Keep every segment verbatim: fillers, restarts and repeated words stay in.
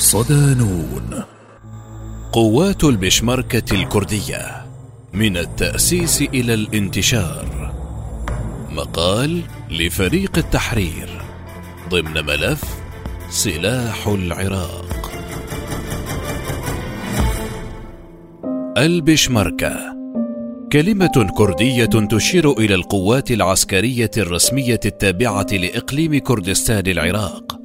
صدانون. قوات البشمركة الكردية من التأسيس إلى الانتشار. مقال لفريق التحرير ضمن ملف سلاح العراق. البشمركة كلمة كردية تشير إلى القوات العسكرية الرسمية التابعة لإقليم كردستان العراق،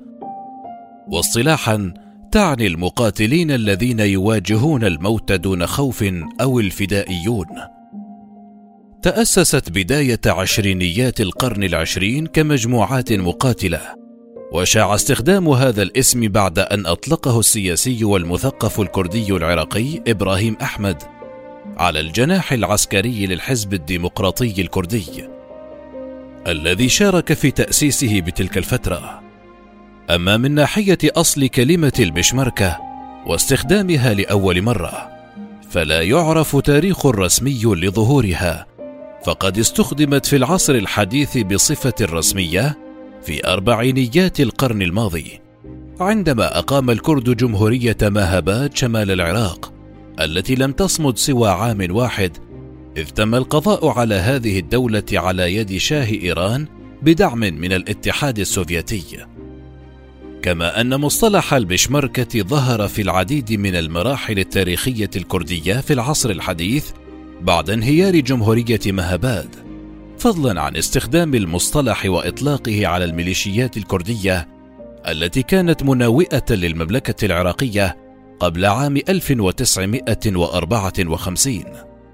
واصطلاحا تعني المقاتلين الذين يواجهون الموت دون خوف أو الفدائيون. تأسست بداية عشرينيات القرن العشرين كمجموعات مقاتلة، وشاع استخدام هذا الاسم بعد أن أطلقه السياسي والمثقف الكردي العراقي إبراهيم أحمد على الجناح العسكري للحزب الديمقراطي الكردي الذي شارك في تأسيسه بتلك الفترة. أما من ناحية أصل كلمة البشمركة واستخدامها لأول مرة، فلا يعرف تاريخ رسمي لظهورها، فقد استخدمت في العصر الحديث بصفة رسمية في أربعينيات القرن الماضي، عندما أقام الكرد جمهورية ماهباد شمال العراق التي لم تصمد سوى عام واحد، إذ تم القضاء على هذه الدولة على يد شاه إيران بدعم من الاتحاد السوفيتي. كما أن مصطلح البشمركة ظهر في العديد من المراحل التاريخية الكردية في العصر الحديث بعد انهيار جمهورية ماهباد، فضلا عن استخدام المصطلح وإطلاقه على الميليشيات الكردية التي كانت مناوئة للمملكة العراقية قبل عام ألف وتسعمائة وأربعة وخمسين.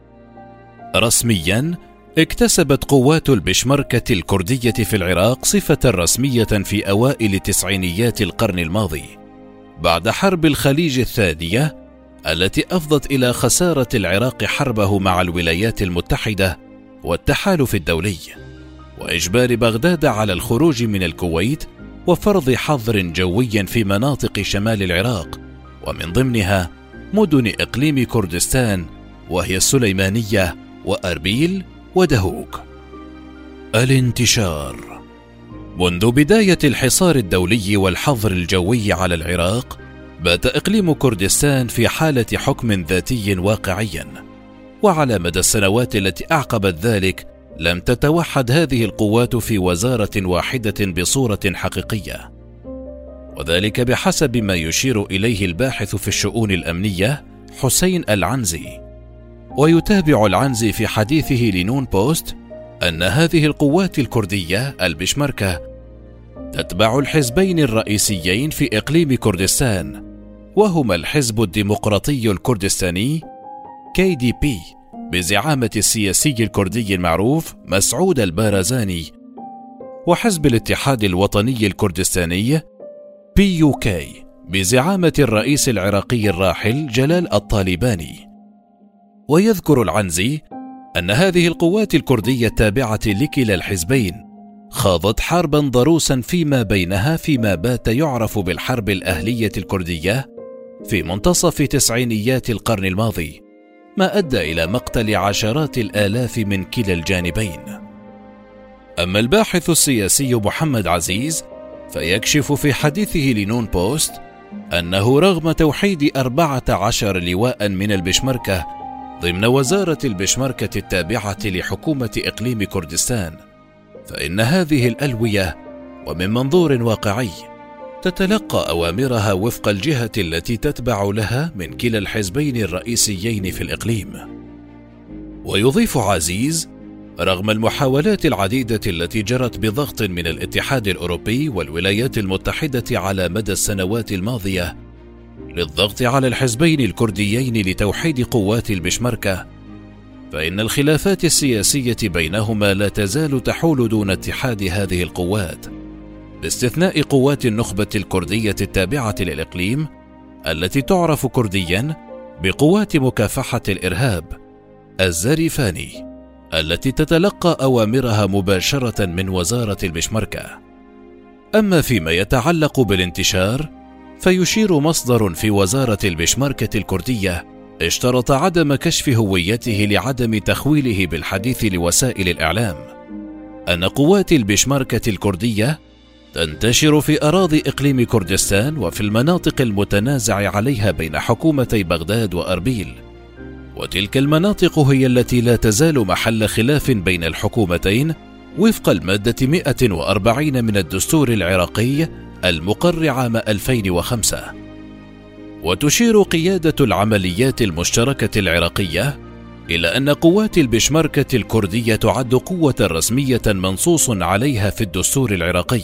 رسميا اكتسبت قوات البشمركة الكردية في العراق صفة رسمية في أوائل تسعينيات القرن الماضي، بعد حرب الخليج الثانية التي أفضت إلى خسارة العراق حربه مع الولايات المتحدة والتحالف الدولي، وإجبار بغداد على الخروج من الكويت وفرض حظر جوي في مناطق شمال العراق، ومن ضمنها مدن إقليم كردستان وهي السليمانية وأربيل ودهوك. الانتشار. منذ بداية الحصار الدولي والحظر الجوي على العراق، بات إقليم كردستان في حالة حكم ذاتي واقعي، وعلى مدى السنوات التي أعقبت ذلك لم تتوحد هذه القوات في وزارة واحدة بصورة حقيقية، وذلك بحسب ما يشير إليه الباحث في الشؤون الأمنية حسين العنزي. ويتابع العنزي في حديثه لنون بوست أن هذه القوات الكردية البشمركة تتبع الحزبين الرئيسيين في إقليم كردستان، وهما الحزب الديمقراطي الكردستاني كي دي بي بزعامة السياسي الكردي المعروف مسعود البارزاني، وحزب الاتحاد الوطني الكردستاني بي يو كي بزعامة الرئيس العراقي الراحل جلال الطالباني. ويذكر العنزي أن هذه القوات الكردية التابعة لكلا الحزبين خاضت حربا ضروسا فيما بينها فيما بات يعرف بالحرب الأهلية الكردية في منتصف تسعينيات القرن الماضي، ما أدى إلى مقتل عشرات الآلاف من كلا الجانبين. أما الباحث السياسي محمد عزيز فيكشف في حديثه لنون بوست أنه رغم توحيد أربعة عشر لواء من البشمركة ضمن وزارة البشمركة التابعة لحكومة إقليم كردستان، فإن هذه الألوية ومن منظور واقعي تتلقى أوامرها وفق الجهة التي تتبع لها من كلا الحزبين الرئيسيين في الإقليم. ويضيف عزيز: رغم المحاولات العديدة التي جرت بضغط من الاتحاد الأوروبي والولايات المتحدة على مدى السنوات الماضية للضغط على الحزبين الكرديين لتوحيد قوات البشمركة، فإن الخلافات السياسية بينهما لا تزال تحول دون اتحاد هذه القوات، باستثناء قوات النخبة الكردية التابعة للإقليم التي تعرف كرديا بقوات مكافحة الإرهاب الزريفاني، التي تتلقى أوامرها مباشرة من وزارة البشمركة. أما فيما يتعلق بالانتشار، فيشير مصدر في وزارة البشمركة الكردية اشترط عدم كشف هويته لعدم تخويله بالحديث لوسائل الإعلام أن قوات البشمركة الكردية تنتشر في أراضي إقليم كردستان وفي المناطق المتنازع عليها بين حكومتي بغداد وأربيل، وتلك المناطق هي التي لا تزال محل خلاف بين الحكومتين وفق المادة مئة وأربعين من الدستور العراقي المقر عام ألفين وخمسة. وتشير قيادة العمليات المشتركة العراقية إلى أن قوات البشمركة الكردية تعد قوة رسمية منصوص عليها في الدستور العراقي،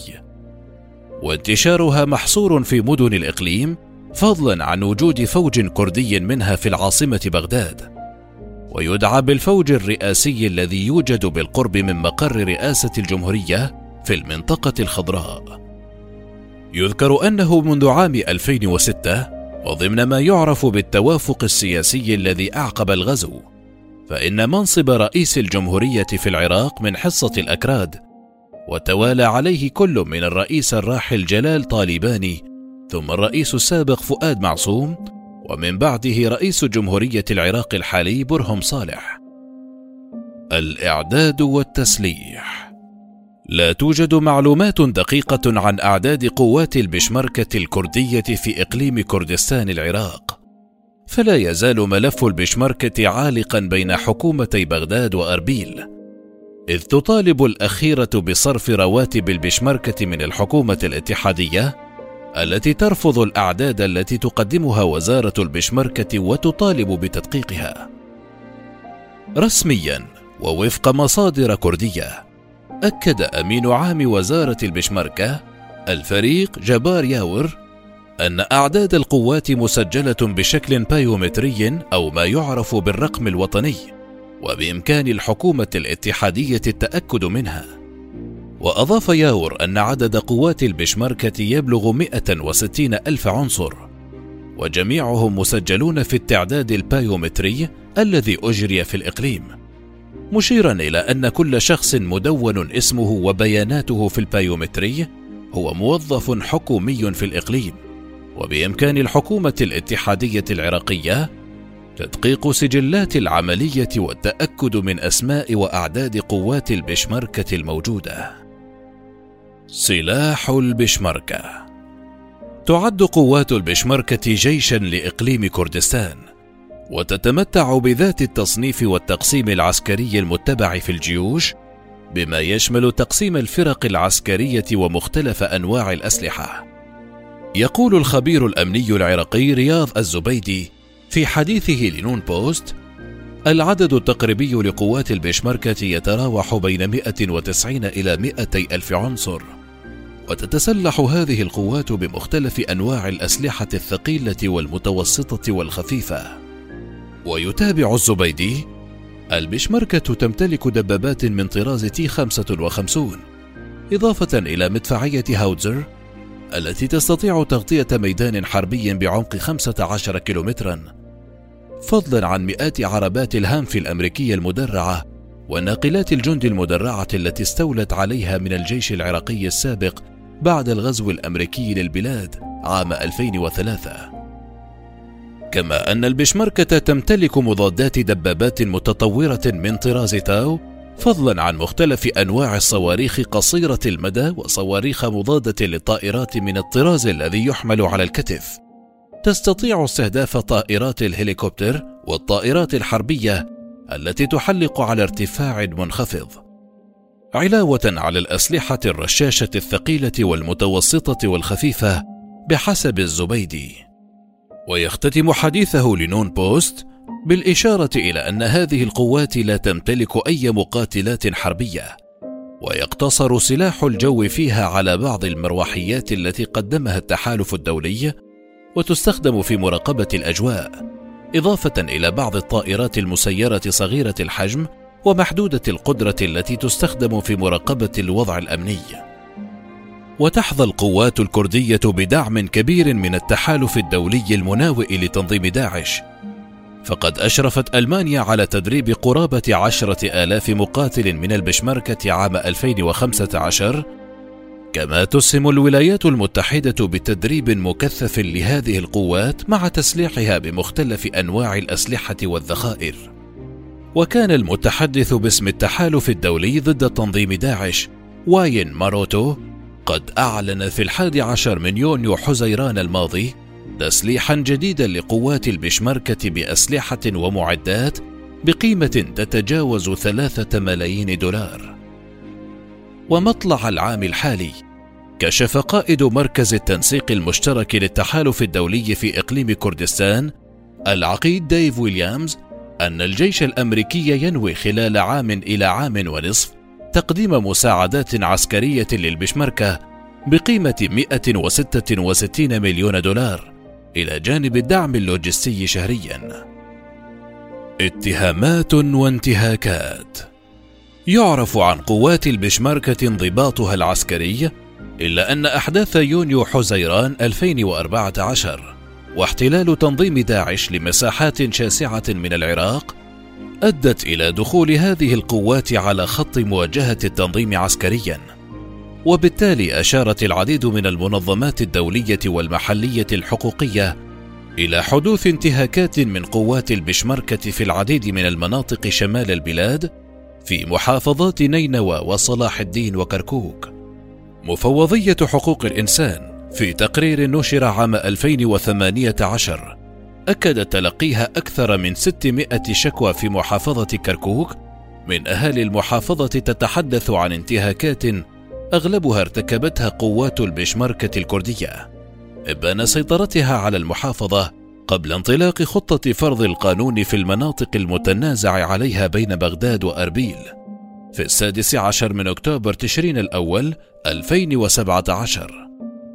وانتشارها محصور في مدن الإقليم فضلا عن وجود فوج كردي منها في العاصمة بغداد، ويدعى بالفوج الرئاسي الذي يوجد بالقرب من مقر رئاسة الجمهورية في المنطقة الخضراء. يذكر أنه منذ عام ألفين وستة وضمن ما يعرف بالتوافق السياسي الذي أعقب الغزو، فإن منصب رئيس الجمهورية في العراق من حصة الأكراد، وتوالى عليه كل من الرئيس الراحل جلال طالباني ثم الرئيس السابق فؤاد معصوم ومن بعده رئيس جمهورية العراق الحالي برهم صالح. الإعداد والتسليح. لا توجد معلومات دقيقة عن أعداد قوات البشمركة الكردية في إقليم كردستان العراق، فلا يزال ملف البشمركة عالقا بين حكومتي بغداد وأربيل، إذ تطالب الأخيرة بصرف رواتب البشمركة من الحكومة الاتحادية التي ترفض الأعداد التي تقدمها وزارة البشمركة وتطالب بتدقيقها. رسميا ووفق مصادر كردية، أكد أمين عام وزارة البشمركة الفريق جبار ياور أن أعداد القوات مسجلة بشكل بايومتري أو ما يعرف بالرقم الوطني، وبإمكان الحكومة الاتحادية التأكد منها. وأضاف ياور أن عدد قوات البشمركة يبلغ مئة وستين ألف عنصر، وجميعهم مسجلون في التعداد البايومتري الذي أجري في الإقليم، مشيرا إلى أن كل شخص مدون اسمه وبياناته في البايومتري هو موظف حكومي في الإقليم، وبإمكان الحكومة الاتحادية العراقية تدقيق سجلات العملية والتأكد من أسماء وأعداد قوات البشمركة الموجودة. سلاح البشمركة. تعد قوات البشمركة جيشا لإقليم كردستان، وتتمتع بذات التصنيف والتقسيم العسكري المتبع في الجيوش، بما يشمل تقسيم الفرق العسكرية ومختلف أنواع الأسلحة. يقول الخبير الأمني العراقي رياض الزبيدي في حديثه لنون بوست: العدد التقريبي لقوات البشمركة يتراوح بين مئة وتسعين إلى مئتي ألف عنصر، وتتسلح هذه القوات بمختلف أنواع الأسلحة الثقيلة والمتوسطة والخفيفة. ويتابع الزبيدي: البشمركة تمتلك دبابات من طراز تي خمسة وخمسين، إضافة إلى مدفعية هاوتزر التي تستطيع تغطية ميدان حربي بعمق خمسة عشر كيلومترا، فضلا عن مئات عربات الهامف الأمريكية المدرعة وناقلات الجند المدرعة التي استولت عليها من الجيش العراقي السابق بعد الغزو الأمريكي للبلاد عام ألفين وثلاثة. كما أن البشمركة تمتلك مضادات دبابات متطورة من طراز تاو، فضلا عن مختلف أنواع الصواريخ قصيرة المدى وصواريخ مضادة للطائرات من الطراز الذي يحمل على الكتف، تستطيع استهداف طائرات الهليكوبتر والطائرات الحربية التي تحلق على ارتفاع منخفض، علاوة على الأسلحة الرشاشة الثقيلة والمتوسطة والخفيفة بحسب الزبيدي. ويختتم حديثه لنون بوست بالإشارة إلى أن هذه القوات لا تمتلك أي مقاتلات حربية، ويقتصر سلاح الجو فيها على بعض المروحيات التي قدمها التحالف الدولي وتستخدم في مراقبة الأجواء، إضافة إلى بعض الطائرات المسيرة صغيرة الحجم ومحدودة القدرة التي تستخدم في مراقبة الوضع الأمني. وتحظى القوات الكردية بدعم كبير من التحالف الدولي المناوئ لتنظيم داعش، فقد أشرفت ألمانيا على تدريب قرابة عشرة آلاف مقاتل من البشمركة عام ألفين وخمسة عشر، كما تسهم الولايات المتحدة بتدريب مكثف لهذه القوات مع تسليحها بمختلف أنواع الأسلحة والذخائر. وكان المتحدث باسم التحالف الدولي ضد تنظيم داعش واين ماروتو قد أعلن في الحادي عشر من يونيو حزيران الماضي تسليحا جديدا لقوات البشمركة بأسلحة ومعدات بقيمة تتجاوز ثلاثة ملايين دولار. ومطلع العام الحالي كشف قائد مركز التنسيق المشترك للتحالف الدولي في إقليم كردستان العقيد ديف ويليامز أن الجيش الأمريكي ينوي خلال عام إلى عام ونصف تقديم مساعدات عسكرية للبشمركة بقيمة مئة وستة وستين مليون دولار إلى جانب الدعم اللوجستي شهريا. اتهامات وانتهاكات. يعرف عن قوات البشمركة انضباطها العسكري، إلا أن أحداث يونيو حزيران ألفين وأربعة عشر واحتلال تنظيم داعش لمساحات شاسعة من العراق أدت إلى دخول هذه القوات على خط مواجهة التنظيم عسكريا، وبالتالي أشارت العديد من المنظمات الدولية والمحلية الحقوقية إلى حدوث انتهاكات من قوات البشمركة في العديد من المناطق شمال البلاد في محافظات نينوى وصلاح الدين وكركوك. مفوضية حقوق الإنسان في تقرير نشر عام ألفين وثمانية عشر أكد تلقيها أكثر من ستمائة شكوى في محافظة كركوك من أهالي المحافظة تتحدث عن انتهاكات أغلبها ارتكبتها قوات البشمركة الكردية إبان سيطرتها على المحافظة قبل انطلاق خطة فرض القانون في المناطق المتنازع عليها بين بغداد وأربيل في السادس عشر من أكتوبر تشرين الأول ألفين وسبعة عشر.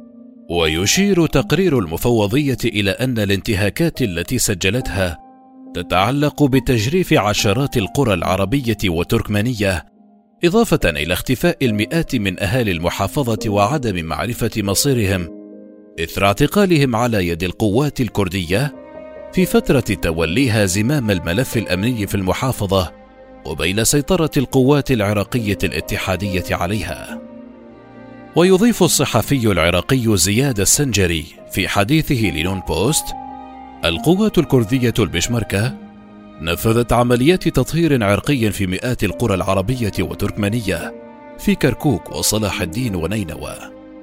ويشير تقرير المفوضية إلى أن الانتهاكات التي سجلتها تتعلق بتجريف عشرات القرى العربية وتركمانية، إضافة إلى اختفاء المئات من أهالي المحافظة وعدم معرفة مصيرهم إثر اعتقالهم على يد القوات الكردية في فترة توليها زمام الملف الأمني في المحافظة قبيل سيطرة القوات العراقية الاتحادية عليها. ويضيف الصحفي العراقي زياد السنجري في حديثه لنون بوست: القوات الكردية البشمركة نفذت عمليات تطهير عرقي في مئات القرى العربية وتركمانية في كركوك وصلاح الدين ونينوى.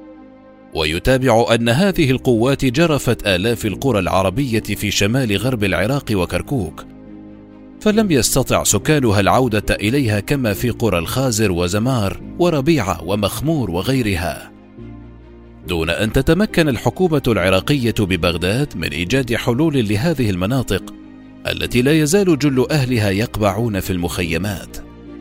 ويتابع أن هذه القوات جرفت آلاف القرى العربية في شمال غرب العراق وكركوك، فلم يستطع سكانها العودة إليها كما في قرى الخازر وزمار وربيعة ومخمور وغيرها، دون أن تتمكن الحكومة العراقية ببغداد من إيجاد حلول لهذه المناطق التي لا يزال جل أهلها يقبعون في المخيمات.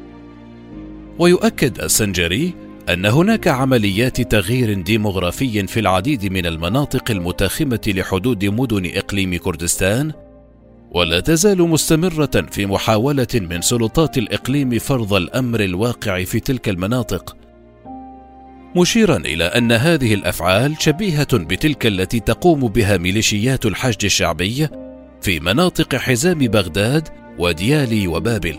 ويؤكد السنجري أن هناك عمليات تغيير ديموغرافي في العديد من المناطق المتاخمة لحدود مدن إقليم كردستان، ولا تزال مستمرة في محاولة من سلطات الإقليم فرض الأمر الواقع في تلك المناطق، مشيرا إلى أن هذه الأفعال شبيهة بتلك التي تقوم بها ميليشيات الحشد الشعبي في مناطق حزام بغداد وديالي وبابل.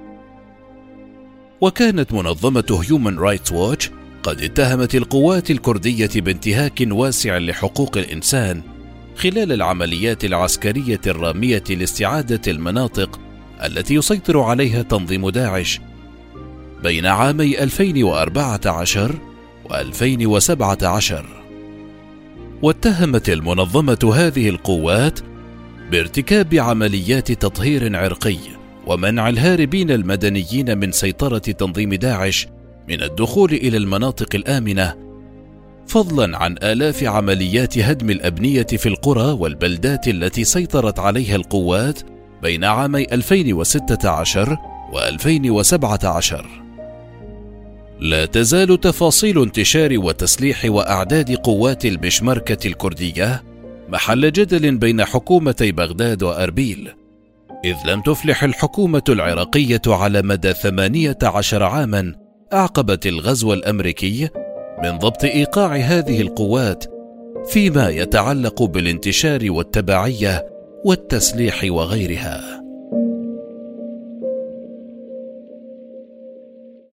وكانت منظمة هيومن رايتس ووتش قد اتهمت القوات الكردية بانتهاك واسع لحقوق الإنسان خلال العمليات العسكرية الرامية لاستعادة المناطق التي يسيطر عليها تنظيم داعش بين عامي ألفين وأربعة عشر وألفين وسبعة عشر. واتهمت المنظمة هذه القوات بارتكاب عمليات تطهير عرقي ومنع الهاربين المدنيين من سيطرة تنظيم داعش من الدخول إلى المناطق الآمنة، فضلا عن آلاف عمليات هدم الأبنية في القرى والبلدات التي سيطرت عليها القوات بين عامي ألفين وستة عشر وألفين وسبعة عشر. لا تزال تفاصيل انتشار وتسليح وأعداد قوات البشمركة الكردية محل جدل بين حكومتي بغداد وأربيل، إذ لم تفلح الحكومة العراقية على مدى ثمانية عشر عاما أعقبت الغزو الأمريكي من ضبط إيقاع هذه القوات فيما يتعلق بالانتشار والتبعية والتسليح وغيرها.